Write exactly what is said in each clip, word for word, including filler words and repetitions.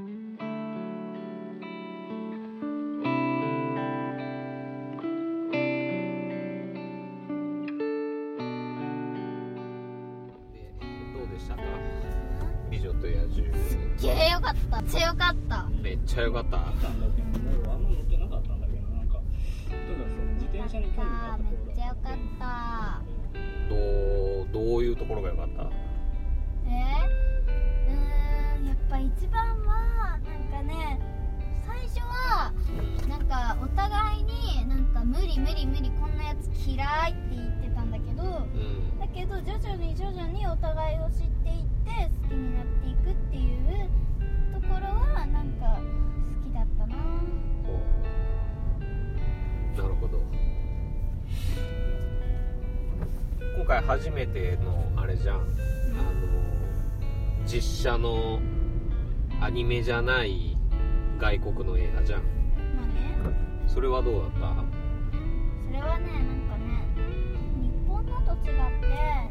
美女と野獣すっげえよかった。強かった。 めっちゃよかった。 あんだけど、もうあんま乗ってなかったんだけど、なんか、とにかく自転車に興味があっためっちゃよかった。 どう、どういうところがよかった？ えー、うーん、やっぱ一番は、なんかね、最初は、なんかお互いになんか無理無理無理こんなやつ嫌いって言ってたんだけど、うん、だけど徐々に徐々にお互いを知っていって好きになっていくっていうところはなんか好きだったな。 なるほど。今回初めてのあれじゃん、うん、あの実写のアニメじゃない外国の映画じゃん。 まあね。 それはどうだった？ それはね、なんかね、日本のと違って、なんていうかね、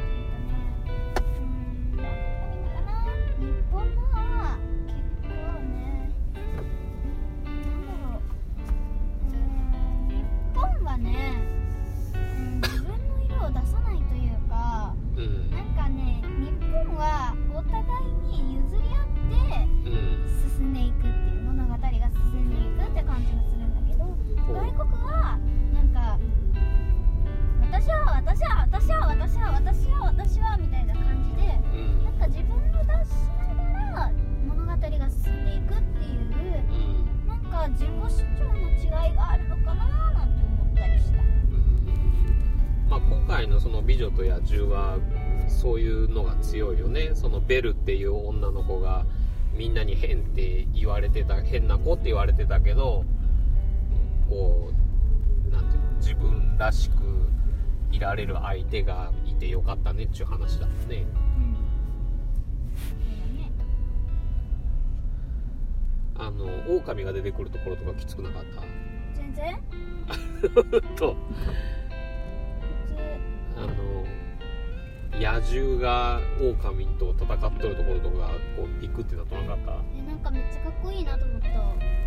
うーん、なんていうかな、日本のは結構ね、なんだろう、うーん、日本はね、うん、自分の色を出さないというか、うん、なんかね、日本はお互いに譲り合って進んでいくっていう物語が進んでいくって感じがするんだけど、外国はなんか私は私は私は私は私は私はみたいな感じで、うん、なんか自分を出しながら物語が進んでいくっていう、うん、なんか自己主張の違いがあるのかななんて思ったりした、うん、 まあ今回のその美女と野獣はそういうのが強いよね。そのベルっていう女の子がみんなに変って言われてた、変な子って言われてたけど、こうなんていうの、自分らしくいられる相手がいてよかったねっていう話だもんね。うん、あの狼が出てくるところとかきつくなかった？ 全然とあの野獣が狼と戦っとるところとかこうビクってなっとなかった？ え、なんかめっちゃかっこいいなと思った。野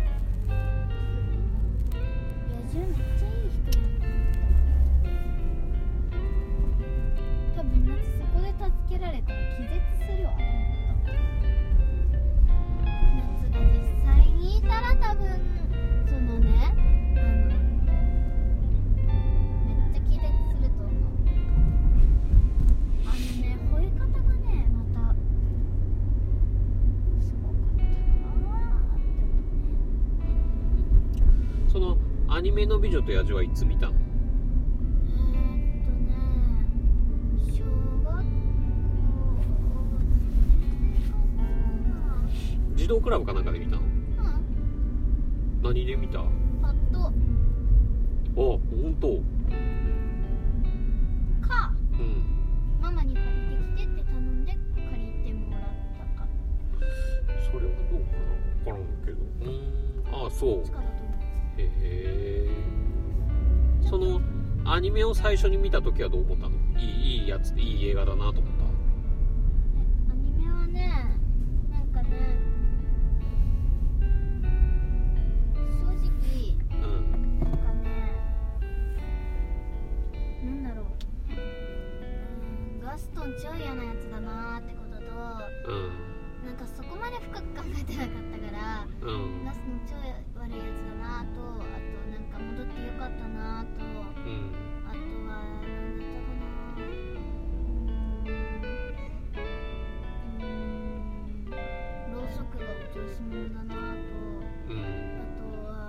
獣めっちゃいい人やん。多分夏そこで助けられたら気絶するわと思った。夏が実際にいたら多分そのね、あのめっちゃ気絶すると思う。あのね、吠え方がねまたすごかったなーって思うね。 そのアニメの美女と野獣はいつ見たの？児童クラブかなんかで見たの？うん。何で見た？ パッと。あ、 ほんと？ か。 うん。 ママに借りてきてって頼んで借りてもらったか。 それはどうかな？わからんけど。うーん。ああ、そう。 近だと思う。 へえ。そのアニメを最初に見たときはどう思ったの？いい、いいやつ、いい映画だなと思った。 え、アニメはね、なんかね。超嫌なやつだなーってことと、うん、なんかそこまで深く考えてなかったから、うん、ガスの超悪いやつだなーと、あとなんか戻ってよかったなーと、うん、あとは何だったかなー、うーん、ろうそくがお調子者だなーと、うん、あとは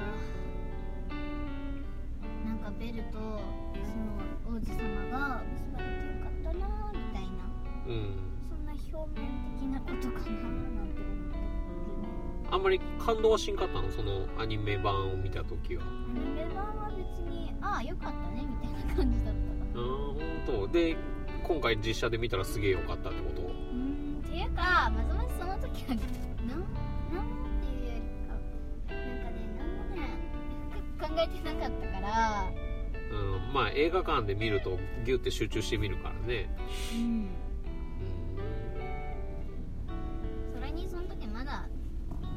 なんかベルとその王子様が結ばれてよかったなーみたいな、うん、そんな表面的なことかななんて思ってる。 あんまり感動はしんかったの？そのアニメ版を見たときは。 アニメ版は別にああよかったねみたいな感じだったかな。 ああ、ほんと。で今回実写で見たらすげえよかったってこと？うーん、っていうかまずまずその時はなんなんっていうよりかなんかね、なんもね深く考えてなかったから、 うん、まあ映画館で見るとギュッて集中して見るからね。うん、 うん、それにその時まだ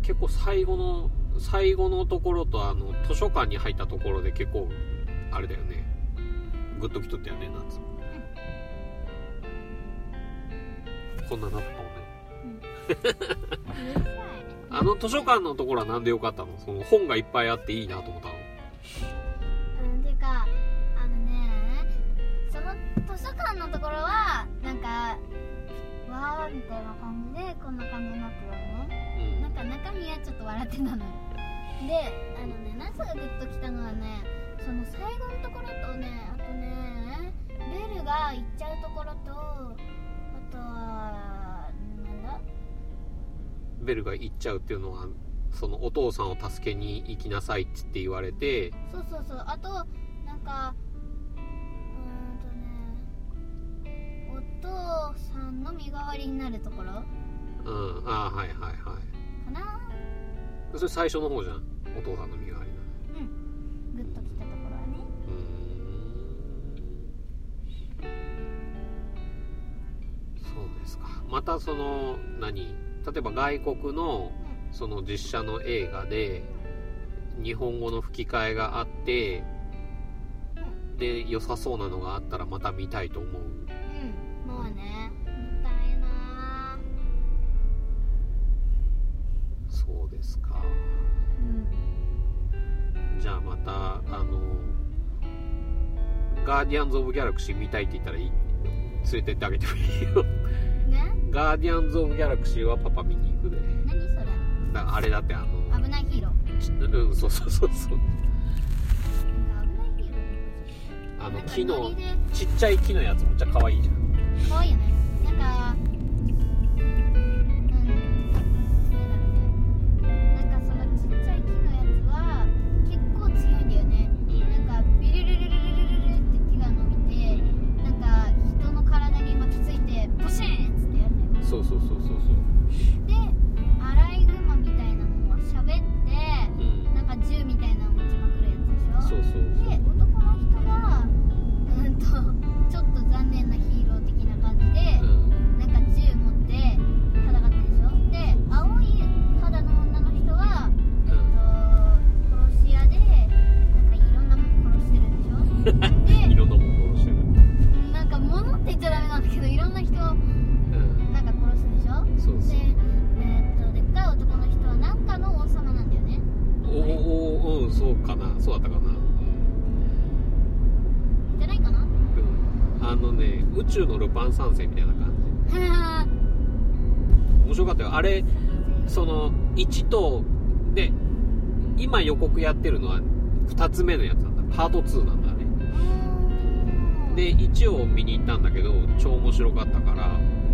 結構最後の最後のところとあの図書館に入ったところで結構あれだよね、グッときとったよね夏、うん、こんななったもんね、うん、あの図書館のところはなんでよかったの？その本がいっぱいあっていいなと思ったの？ うん、ていうかあのね、その図書館のところはなんかわーみたいな感じでこんな感じになってるよね、うん、なんか中身はちょっと笑ってたのよ。で、あのね、夏がグッときたのはね、その最後のところとね、あとね、ベルが行っちゃうところと、あとはなんだ、 ベルが行っちゃうっていうのは、そのお父さんを助けに行きなさいって言われて、 そうそうそう、あとなんかうーんとね、お父さんの身代わりになるところ、 うん、ああはいはいはいかな。 それ最初の方じゃん、お父さんの身代わりな。 うん、グッときたところはね。 うーん、そうですか。またその何、例えば外国のその実写の映画で日本語の吹き替えがあってで良さそうなのがあったらまた見たいと思う。 うん、もうね、見たいな。 そうですか、うん、じゃあまたあのガーディアンズ・オブ・ギャラクシー見たいって言ったらいい、連れてってあげてもいいよ、ね、ガーディアンズ・オブ・ギャラクシーはパパ見に行くで。 何それ？ だあれだってあの危ないヒーロー。 うん、そうそうそうそう、 なんか危ないヒーローあの木のちっちゃい木のやつめっちゃ可愛いじゃん。 可愛いよね。なんかそうそうそうそうそう。 で、アライグマみたいなのは喋って、うん、なんか銃みたいなのを撃ちまくるやつでしょ。 そうそうそう。 で、男の人はうんとちょっと残念なヒーロー的な感じで、うん、なんか銃持って戦ってるでしょ。で、青い肌の女の人は、えっと、殺し屋でなんかいろんなもの殺してるでしょ。で、 いろんなもの殺してる。 なんか物って言っちゃダメなんだけど、いろんな人そうそう。 で、えー、っとでっかい男の人はなんかの王様なんだよね。 おお、うん、そうかな、そうだったかな、うん、 じゃないかな、うん、 あのね、宇宙のルパン三世みたいな感じ面白かったよあれ。そのいちとで今予告やってるのはふたつめのやつなんだ、パートツーなんだね。でいちを見に行ったんだけど超面白かったから、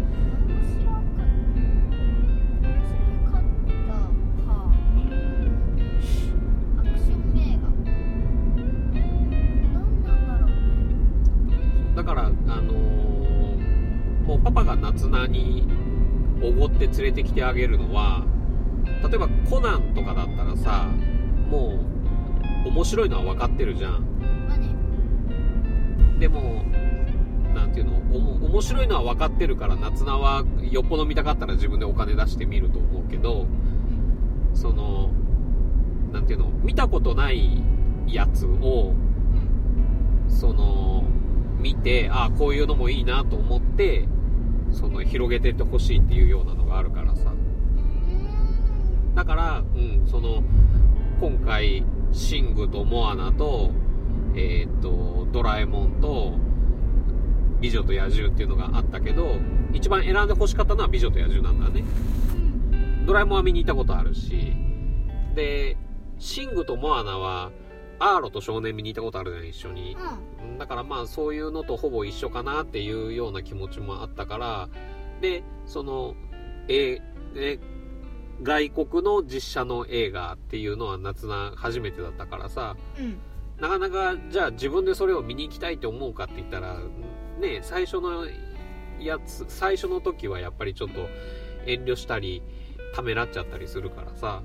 だから、あのー、もうパパが夏菜におごって連れてきてあげるのは、例えばコナンとかだったらさ、もう面白いのは分かってるじゃん。 まあね、 でもなんていうの、お面白いのは分かってるから夏菜はよっぽど見たかったら自分でお金出して見ると思うけど、そのなんていうの、見たことないやつをその見て、ああこういうのもいいなと思ってその広げてってほしいっていうようなのがあるからさ。だから、うん、その今回シングとモアナとえー、とドラえもんと美女と野獣っていうのがあったけど、一番選んでほしかったのは美女と野獣なんだね。ドラえもんは見に行ったことあるし、でシングとモアナはアーロと少年見に行ったことあるじゃん、一緒に、うん、だからまあそういうのとほぼ一緒かなっていうような気持ちもあったから、でそのええ外国の実写の映画っていうのは夏菜初めてだったからさ、うん、なかなかじゃあ自分でそれを見に行きたいって思うかって言ったらね、最初のやつ最初の時はやっぱりちょっと遠慮したりためらっちゃったりするからさ。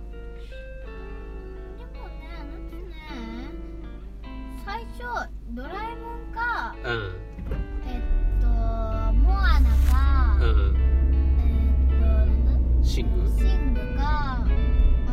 最初ドラえもんか、 うん、 えっとモアナか、 うん、 えっとなんだシングシングか、あ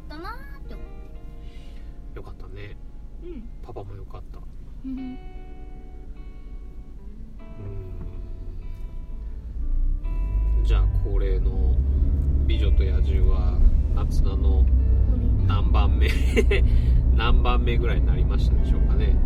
ったなーって思って。 よかったね。 うんパパもよかった。 うんうーん。じゃあ恒例の美女と野獣は夏菜のこれ何番目何番目ぐらいになりましたでしょうかね。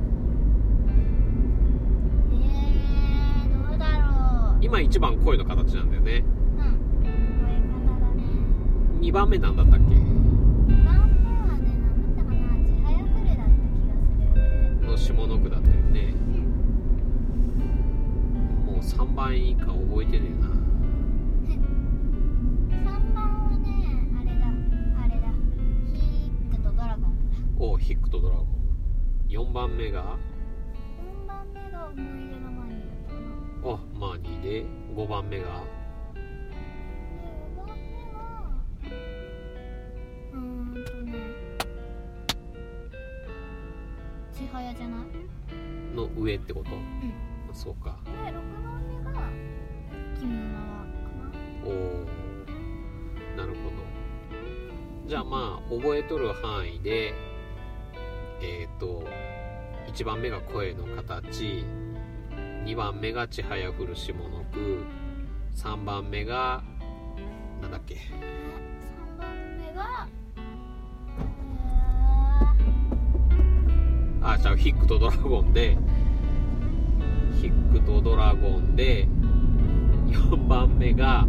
えー、どうだろう。 今一番声の形なんだよね。 うん、こういう方だね。 にばんめなんだったっけ？ にばんめはね、なんだったかな、ちはやふるだった気がする。 の下の句だったよね。 うん。 もうさんばん以下覚えてねえな。 さんばんはね、あれだ、あれだ。ヒックとドラゴンだ。 おヒックとドラゴン。よんばんめがよんばんめが思い出の前にだったかな。 あマーニーで、ごばんめがで、ごばんめは、うーんとね、ちはやじゃない？ の上ってこと？ うんそうか。 で、ろくばんめが君の名はかな。 おーなるほど。じゃあまあ覚えとる範囲でえっといちばんめが声の形、にばんめがちはやふる下の句、さんばんめがなんだっけ？ さんばんめが、えあ、じゃあヒックとドラゴンでヒックとドラゴンで、よんばんめが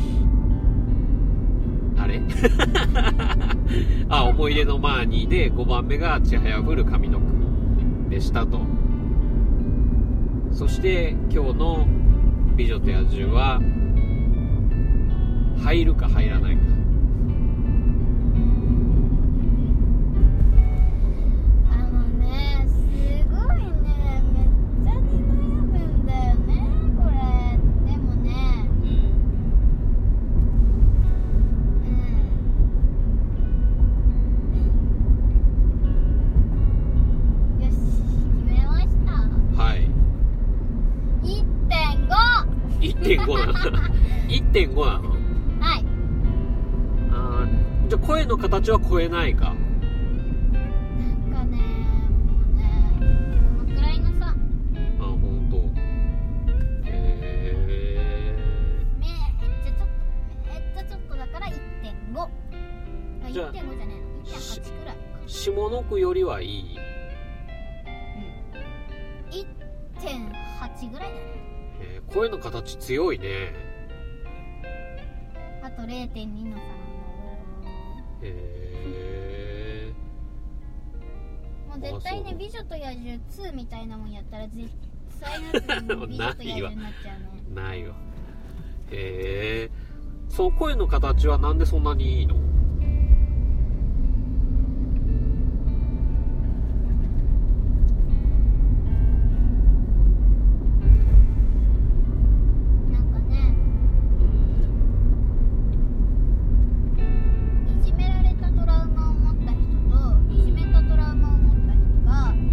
あれあ、思い出のマーニーで、ごばんめがちはやふる上の句でしたと。そして今日の美女と野獣は入るか入らないか。 あのね、すごいね、めっちゃに悩むんだよね、これ。でもね、 うんうん。よし、決めました。 はい。 いってんご。 いってんご なのいってんご なの。 はい。 あー、じゃあ声の形は超えないか。 なんかね、もうね、このくらいのさ、 あ、ほんと。へめっちゃちょっと、めっちゃちょっとだから いってんご。あ、 じゃあいってんごじゃねえの、いってんはちくらいか。 ー、下の句よりはいい。 いってんはちぐらいだね。 えー声の形強いね。 あと れいてんに の差なんだよ。 へもう絶対ね、 あそう美女と野獣ツーみたいなもんやったら絶対のやつにも美女と野獣になっちゃうね。 ーないよ。へえ。その声の形はなんでそんなにいいの？ なんかね、いじめられたトラウマを持った人と、いじめたトラウマを持った人が、 うん。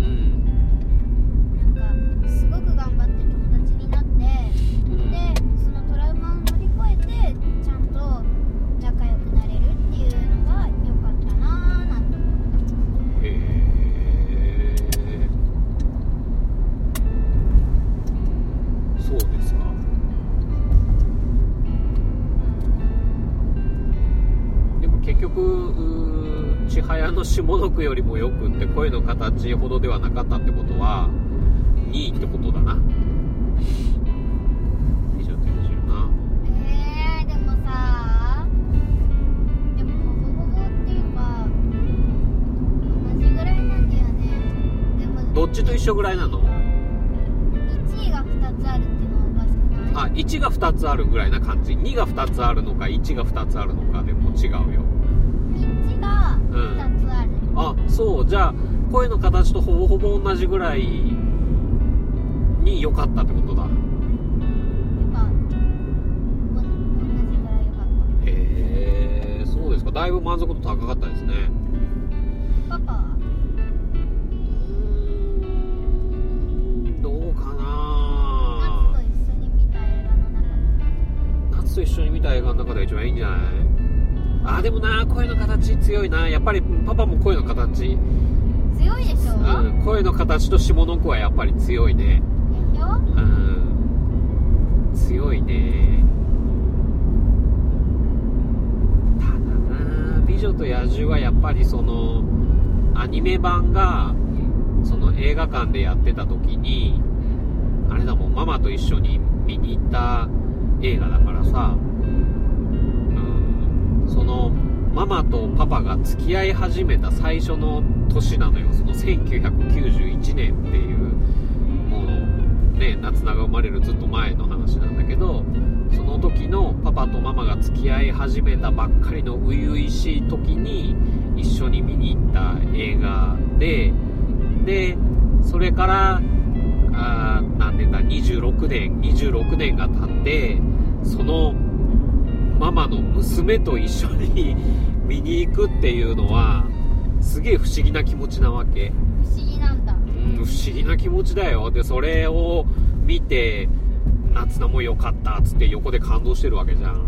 なんかすごく頑張って友達になって、 うんでそのトラウマを乗り越えてちゃんと仲良くなれるっていうのが良かったなーなんて思った。 へえ。そうですか。でも結局うー千早の下の句よりもよくって声の形ほどではなかったってことはにいってことだな。以上ということな。 えー、でもさー、でもほぼほぼっていうか同じぐらいなんだよね。でもどっちと一緒ぐらいなの？ いちいがふたつあるっていうのはおかしくない？ あ、いちがふたつあるぐらいな感じ。にがふたつあるのかいちがふたつあるのかでも違うよ。 いちがふたつある、 あ、そう。じゃあ声の形とほぼほぼ同じぐらいに良かったってことだ。 やっぱお同じぐらい良かっへえ、そうですか。だいぶ満足度高かったですね。 た。パパはうーん、どうかな。 夏と一緒に見た映画の中で夏と一緒に見た映画の中で一番いいんじゃない？ あーでもな、声の形強いな。やっぱりパパも声の形強いでしょ、 うん、声の形と下の句はやっぱり強いね。 でしょ、 うん、強いね。ただな、美女と野獣はやっぱりそのアニメ版がその映画館でやってた時に、あれだもん、ママと一緒に見に行った映画だからさ、うん、そのママとパパが付き合い始めた最初の年なのよ。そのせんきゅうひゃくきゅうじゅういちねんっていう、もうね、夏菜が生まれるずっと前の話なんだけど、その時のパパとママが付き合い始めたばっかりの初々しい時に一緒に見に行った映画で、でそれからあ何年だ、にじゅうろくねんにじゅうろくねんが経って、そのママの娘と一緒に見に行くっていうのはすげえ不思議な気持ちなわけ。 不思議なんだ。 うん、不思議な気持ちだよ。でそれを見て夏菜も良かったっつって横で感動してるわけじゃん。うん、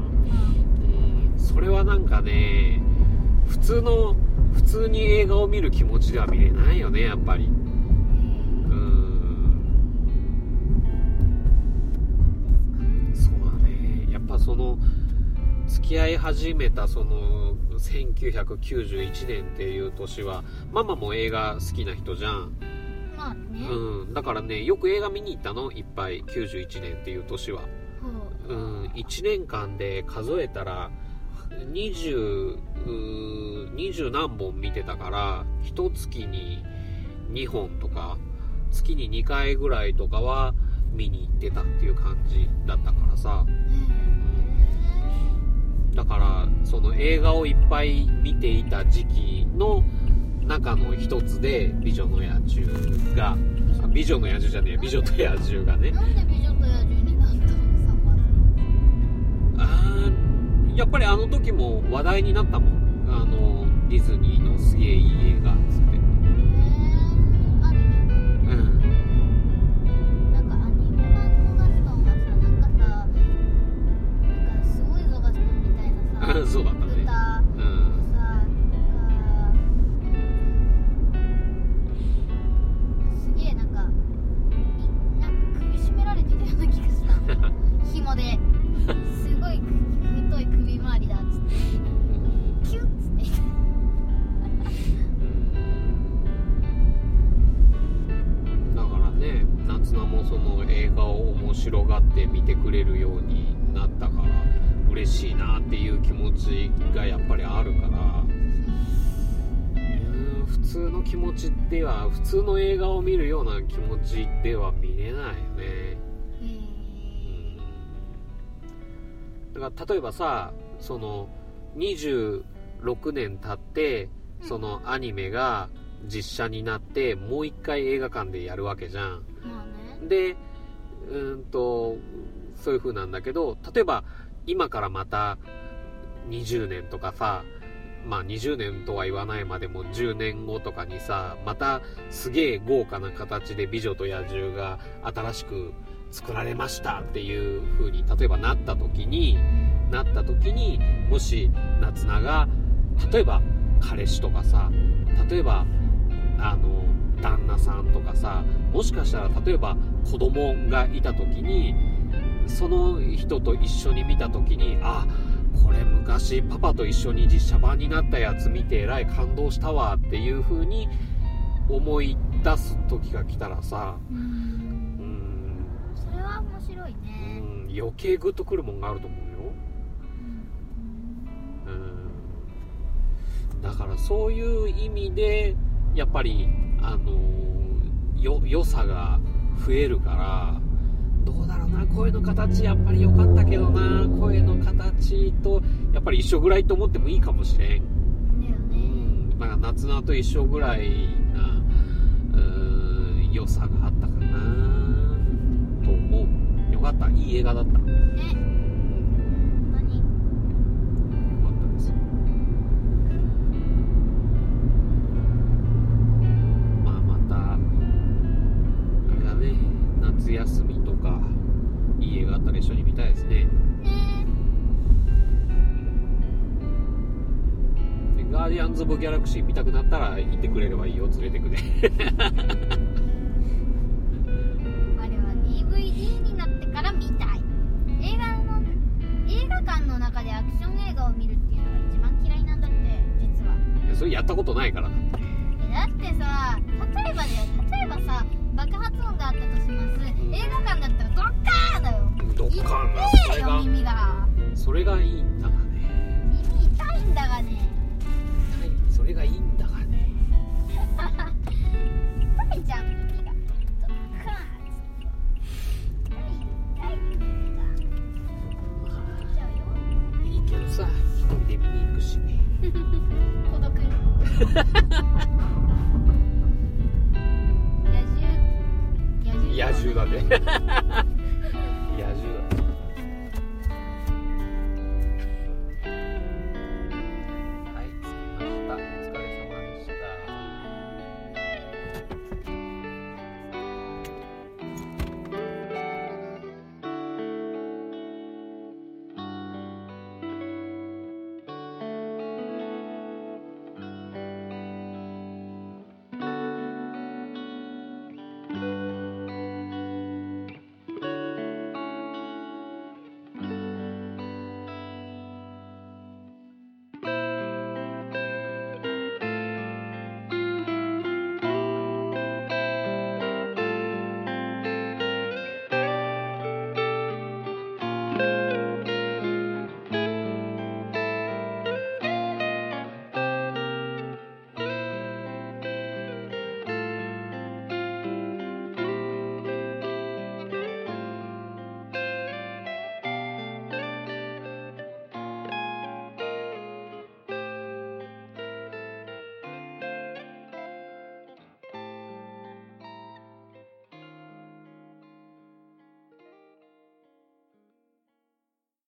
それはなんかね、普通の普通に映画を見る気持ちでは見れないよね、やっぱり。うん、そうだね。やっぱその付き合い始めたそのせんきゅうひゃくきゅうじゅういちねんっていう年はママも映画好きな人じゃん。 まあね、 うん、だからね、よく映画見に行ったの、いっぱい。きゅうじゅういちねんっていう年は、うん、いちねんかんで数えたらにじゅう、にじゅう何本見てたから、いちがつににほんとか月ににかいぐらいとかは見に行ってたっていう感じだったからさ、うん、だからその映画をいっぱい見ていた時期の中の一つで美女の野獣が、あ、美女の野獣じゃねえ、美女と野獣がね。 なんで美女と野獣になったのさ、まず。 あー、やっぱりあの時も話題になったもん。あのディズニーのすげえいい映画っつって。 へー、アニメ。 うん。 なんかアニメ版のガストンがさ、なんかさ、なんかすごいぞガストンみたいなさ、 そうだったね。 歌うん。 でさ、なんかすげえなんか、いなんか首絞められてたような気がした。紐で。すごい太い首周りだっつって。キュッつって。 だからね、夏菜もその映画を面白がって見てくれるようになったから嬉しいなっていう気持ちがやっぱりあるから、うん、普通の気持ちでは、普通の映画を見るような気持ちでは見れないよね。だから例えばさ、そのにじゅうろくねん経ってそのアニメが実写になってもう一回映画館でやるわけじゃん。 まあね。 で、うんとそういう風なんだけど、例えば今からまたにじゅうねんとかさ、まあにじゅうねんとは言わないまでもじゅうねんごとかにさ、またすげえ豪華な形で美女と野獣が新しく作られましたっていう風に例えばなった時になった時にもし夏菜が例えば彼氏とかさ、例えばあの旦那さんとかさ、もしかしたら例えば子供がいた時にその人と一緒に見た時に、あ、これ昔パパと一緒に実写版になったやつ見てえらい感動したわっていう風に思い出す時が来たらさ、 うーん、それは面白いね。 うん、余計グッとくるもんがあると思うよ。うん、だからそういう意味でやっぱりあのよ良さが増えるから、どうだろうな、声の形やっぱり良かったけどな、声の形とやっぱり一緒ぐらいと思ってもいいかもしれん。 だよね。 うん、だから夏菜と一緒ぐらいな、うーん、良さがあったかなと思う。よかった、いい映画だった。 ね。何？ よかったですよ。まあまたあれだね、夏休みとかいい映画あったら一緒に見たいですね。 ね。 アンズ・オブ・ギャラクシー見たくなったら行ってくれればいいよ、連れてくねあれは ディーブイディー になってから見たい。映画の映画館の中でアクション映画を見るっていうのが一番嫌いなんだって、実は。 いやそれやったことないからだって。 えだってさ、例えばだよ、例えばさ爆発音があったとします。映画館だったらドッカーンだよ。 ドッカーンだ。 痛いよ、耳が。 それがいいんだがね。 耳痛いんだがね。 はい、それがいいんだがね。 痛いじゃん、耳が。ドッカーン。痛い、痛い、耳が。痛いちゃうよ。 いいけどさ、一人で見に行くしね。 孤独。野獣。 野獣だね。